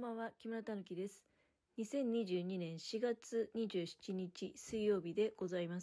ばんは、木村たぬきです。2022年4月27日水曜日でございます。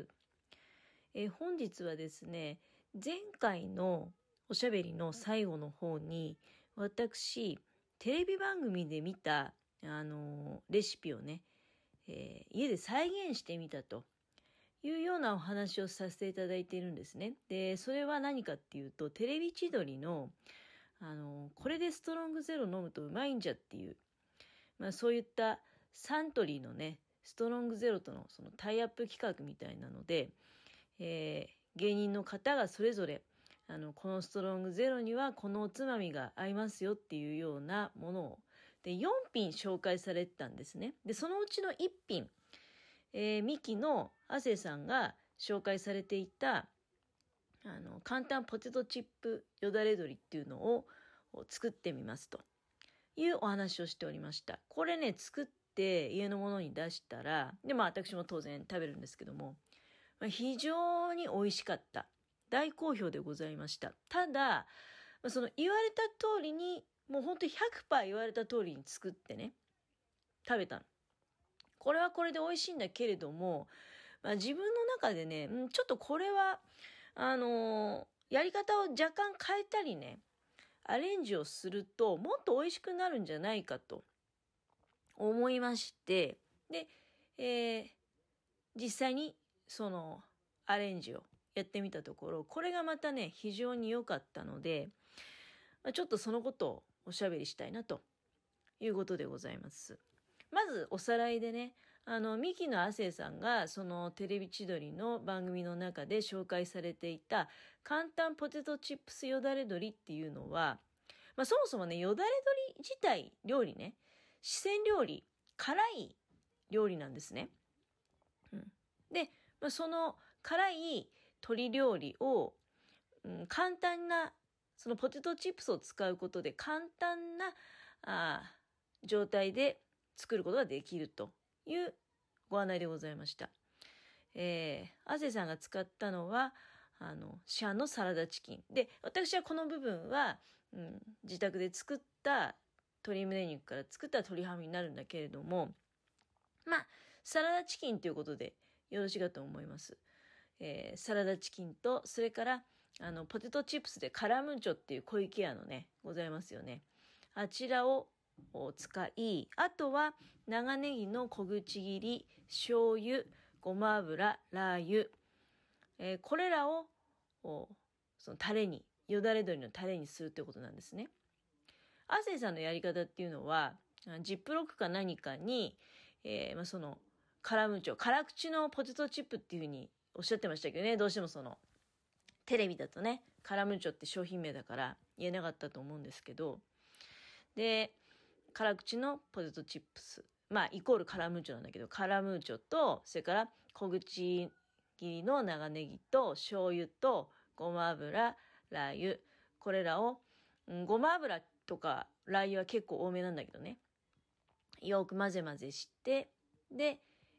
本日はですね、前回のおしゃべりの最後の方に、私、テレビ番組で見た、レシピをね、家で再現してみたというようなお話をさせていただいているんですね。で、それは何かっていうと、テレビ千鳥のこれでストロングゼロ飲むとうまいんじゃっていう、そういったサントリーのね、ストロングゼロとのそのタイアップ企画みたいなので、芸人の方がそれぞれ、このストロングゼロにはこのおつまみが合いますよっていうようなものを、で、4品紹介されてたんですね。で、そのうちの1品、ミキの亜生さんが紹介されていた、簡単ポテトチップよだれ鶏っていうのを作ってみますというお話をしておりました。これね、作って家のものに出したら、で、私も当然食べるんですけども、非常に美味しかった。大好評でございました。ただ、その言われた通りに、もう本当に 100% 言われた通りに作ってね、食べたの。これはこれで美味しいんだけれども、自分の中でね、ちょっとこれは、やり方を若干変えたりね、アレンジをするともっと美味しくなるんじゃないかと思いまして、で、実際にそのアレンジをやってみたところ、これがまたね、非常に良かったので、ちょっとそのことをおしゃべりしたいなということでございます。まずおさらいでね、ミキの亜生さんがそのテレビ千鳥の番組の中で紹介されていた簡単ポテトチップスよだれ鶏っていうのは、そもそもね、よだれ鶏自体料理ね、四川料理、辛い料理なんですね。で、その辛い鶏料理を、簡単なそのポテトチップスを使うことで簡単な状態で作ることができるというご案内でございました。亜生さんが使ったのは市販のサラダチキンで、私はこの部分は、自宅で作った鶏胸肉から作った鶏ハムになるんだけれども、サラダチキンということでよろしいかと思います。サラダチキンと、それからポテトチップスでカラムーチョっていう小池屋のねございますよね。あちらを使い、あとは長ネギの小口切り、醤油、ごま油、ラー油、これらをそのタレに、よだれ鶏のタレにするということなんですね。亜生さんのやり方っていうのは、ジップロックか何かに、そのカラムーチョ、辛口のポテトチップっていうふうにおっしゃってましたけどね、どうしてもそのテレビだとね、カラムーチョって商品名だから言えなかったと思うんですけど、で、辛口のポテトチップス、イコールカラムーチョなんだけど、カラムーチョと、それから小口切りの長ネギと醤油とごま油、ラー油、これらを、ごま油とかラー油は結構多めなんだけどね、よく混ぜ混ぜして、で、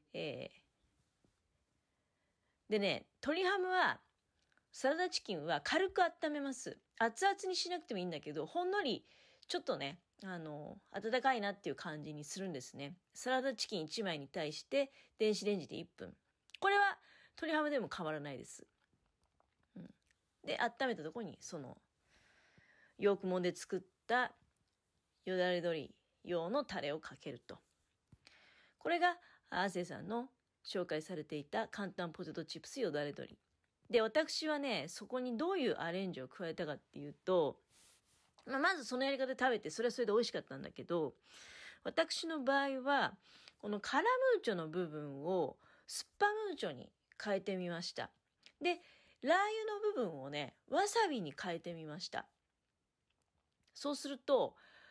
鶏ハムは、サラダチキンは軽く温めます。熱々にしなくてもいいんだけど、ほんのりちょっとね、温かいなっていう感じにするんですね。サラダチキン1枚に対して電子レンジで1分。これは鶏ハムでも変わらないです。で、温めたところにそのよくもんで作ったよだれ鶏用のタレをかけると。これが亜生さんの紹介されていた簡単ポテトチップスよだれ鶏。で、私はね、そこにどういうアレンジを加えたかっていうと、まずそのやり方で食べて、それはそれで美味しかったんだけど、私の場合は、このカラムーチョの部分をスッパムーチョに変えてみました。で、ラー油の部分をね、わさびに変えてみました。そうすると、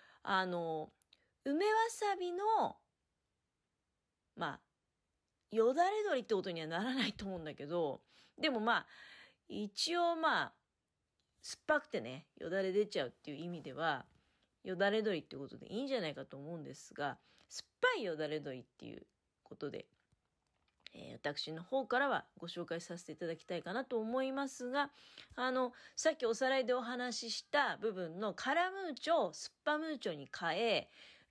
梅わさびの、よだれ鶏ってことにはならないと思うんだけど、でも一応酸っぱくてね、よだれ出ちゃうっていう意味では、よだれ鶏ってことでいいんじゃないかと思うんですが、酸っぱいよだれ鶏っていうことで、私の方からはご紹介させていただきたいかなと思いますが、さっきおさらいでお話しした部分のカラムーチョをスッパムーチョに変え、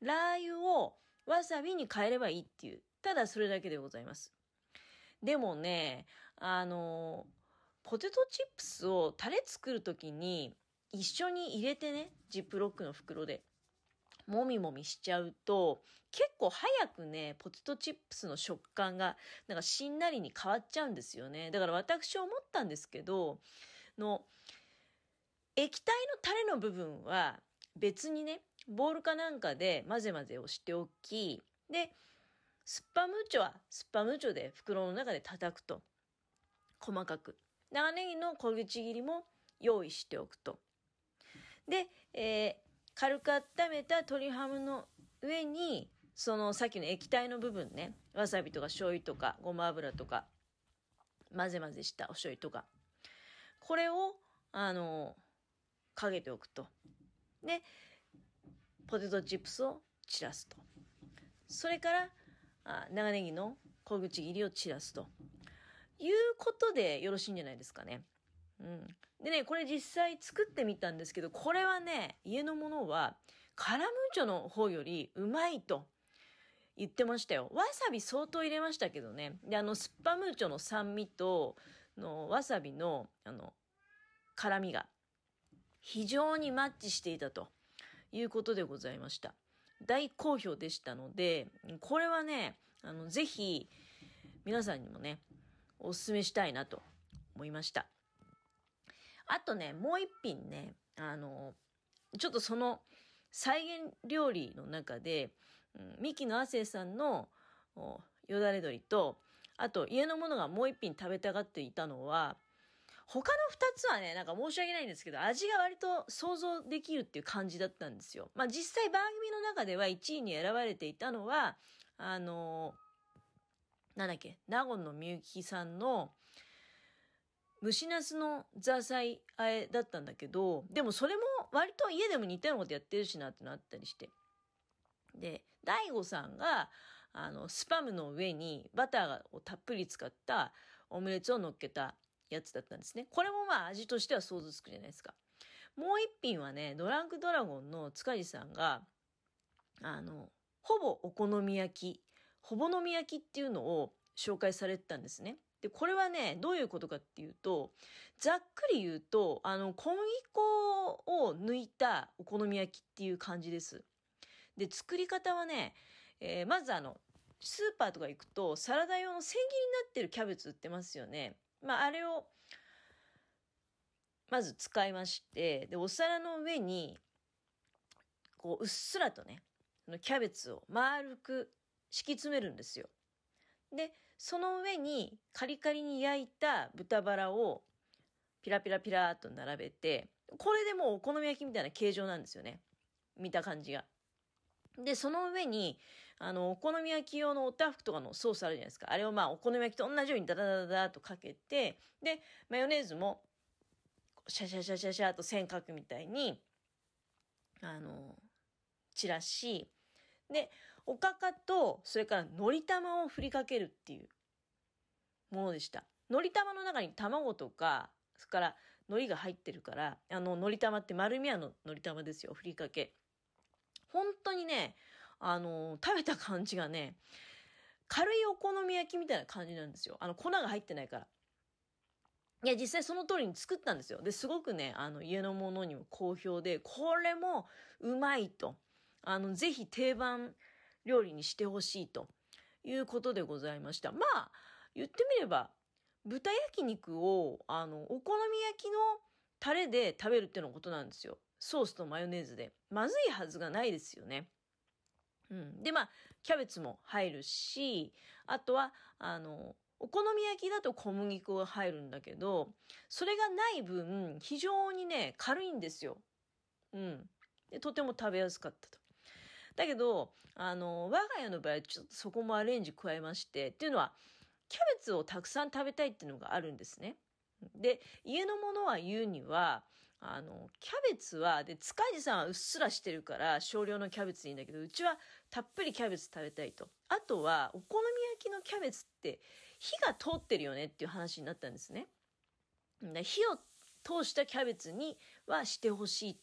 ラー油をわさびに変えればいいっていう、ただそれだけでございます。でもね、ポテトチップスをタレ作るときに一緒に入れてね、ジップロックの袋でもみもみしちゃうと、結構早くね、ポテトチップスの食感がなんかしんなりに変わっちゃうんですよね。だから私思ったんですけど、の液体のタレの部分は別にね、ボウルかなんかで混ぜ混ぜをしておき、で、スッパムーチョはスッパムーチョで袋の中で叩くと。細かく。長ネギの小口切りも用意しておくと。で、軽く温めた鶏ハムの上に、そのさっきの液体の部分ね、わさびとか醤油とかごま油とか、混ぜ混ぜしたお醤油とか、これを、かけておくと。で、ポテトチップスを散らすと。それから、長ネギの小口切りを散らすと。いうことでよろしいんじゃないですかね。うん。でね、これ実際作ってみたんですけど、これはね、家のものはカラムーチョの方よりうまいと言ってましたよ。わさび相当入れましたけどね。で、スッパムーチョの酸味と、わさびの、辛みが非常にマッチしていたということでございました。大好評でしたので、これはね、ぜひ皆さんにもね、おすすめしたいなと思いました。あとね、もう一品ね、ちょっとその再現料理の中で、ミキの亜生さんのよだれ鶏と、あと家の者がもう一品食べたがっていたのは、他の二つはね、なんか申し訳ないんですけど、味が割と想像できるっていう感じだったんですよ。まあ実際番組の中では1位に選ばれていたのは、なんだっけ、納言のみゆきさんの蒸しナスのザーサイあえだったんだけど、でもそれも割と家でも似たようなことやってるしなってのあったりして。で、大悟さんが、スパムの上にバターをたっぷり使ったオムレツを乗っけたやつだったんですね。これもまあ味としては想像つくじゃないですか。もう一品はね、ドランクドラゴンの塚地さんが、ほぼお好み焼き、ほぼのみ焼きっていうのを紹介されてたんですね。で、これはね、どういうことかっていうと、ざっくり言うと、小麦粉を抜いたお好み焼きっていう感じです。で、作り方はね、まずスーパーとか行くと、サラダ用の千切りになってるキャベツ売ってますよね。まあ、あれを、まず使いまして、で、お皿の上に、こう、うっすらとね、キャベツを丸く敷き詰めるんですよ。で、その上にカリカリに焼いた豚バラをピラピラピラーっと並べて、これでもうお好み焼きみたいな形状なんですよね。見た感じが。で、その上に、お好み焼き用のおたふくとかのソースあるじゃないですか。あれをまあ、お好み焼きと同じようにダダダダダーとかけて、で、マヨネーズも、シャシャシャシャシャと線描くみたいに、散らし、で、おかかと、それからのり玉を振りかけるっていうものでした。のり玉の中に卵とか、それから海苔が入ってるから、のり玉って丸み屋ののり玉ですよ、ふりかけ。本当にね、食べた感じがね、軽いお好み焼きみたいな感じなんですよ。粉が入ってないから。いや、実際その通りに作ったんですよ。で、すごくね、家のものにも好評で、これもうまいと。ぜひ定番料理にしてほしいということでございました。まあ、言ってみれば、豚焼肉を、お好み焼きのタレで食べるっていうのことなんですよ。ソースとマヨネーズで。まずいはずがないですよね。うん。で、まあ、キャベツも入るし、あとは、お好み焼きだと小麦粉が入るんだけど、それがない分、非常にね、軽いんですよ。うん。で、とても食べやすかったと。だけど、我が家の場合、ちょっとそこもアレンジ加えまして、っていうのは、キャベツをたくさん食べたいっていうのがあるんですね。で、家の者は言うには、キャベツは、で、塚地さんはうっすらしてるから、少量のキャベツでいいんだけど、うちはたっぷりキャベツ食べたいと。あとは、お好み焼きのキャベツって、火が通ってるよねっていう話になったんですね。火を通したキャベツにはしてほしいと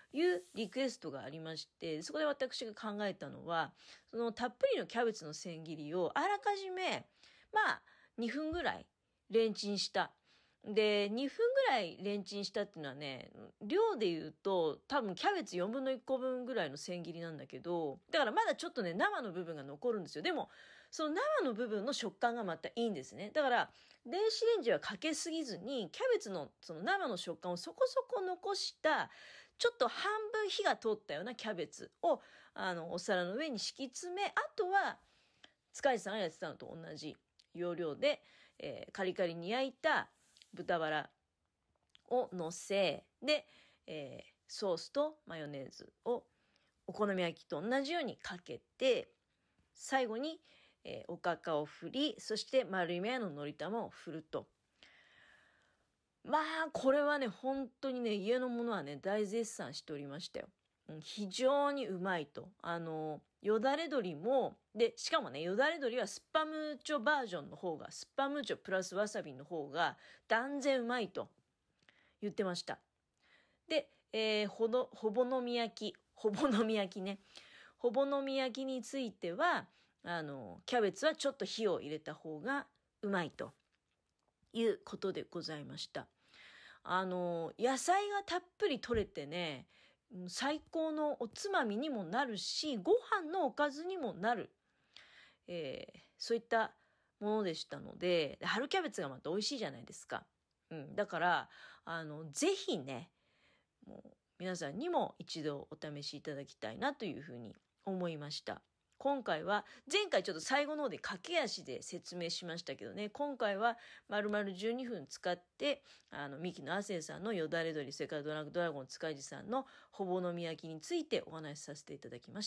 いうリクエストがありまして、そこで私が考えたのは、そのたっぷりのキャベツの千切りをあらかじめ、2分ぐらいレンチンした。で、2分ぐらいレンチンしたっていうのはね、量で言うと多分キャベツ4分の1個分ぐらいの千切りなんだけど、だからまだちょっとね、生の部分が残るんですよ。でも、その生の部分の食感がまたいいんですね。だから、電子レンジはかけすぎずに、キャベツのその生の食感をそこそこ残した、ちょっと半分火が通ったようなキャベツを、お皿の上に敷き詰め、あとは、塚地さんがやってたのと同じ要領で、カリカリに焼いた豚バラを乗せ、で、ソースとマヨネーズをお好み焼きと同じようにかけて、最後に、おかかを振り、そして丸い目ののり玉を振ると。これはね、本当にね、家のものはね、大絶賛しておりましたよ。非常にうまいと。よだれ鶏も、で、しかもね、よだれ鶏はスッパムーチョバージョンの方が、スッパムーチョプラスわさびの方が断然うまいと言ってました。で、ほぼのみ焼き、ほぼのみ焼きね。ほぼのみ焼きについては、キャベツはちょっと火を入れた方がうまいということでございました。野菜がたっぷり取れてね、最高のおつまみにもなるし、ご飯のおかずにもなる、そういったものでしたので、春キャベツがまた美味しいじゃないですか。だから、ぜひね、もう皆さんにも一度お試しいただきたいなというふうに思いました。今回は、前回ちょっと最後の方で駆け足で説明しましたけどね、今回は丸々12分使って、三木の亜生さんのよだれ鶏、それからドラゴン塚地さんのほぼのみ焼きについてお話しさせていただきました。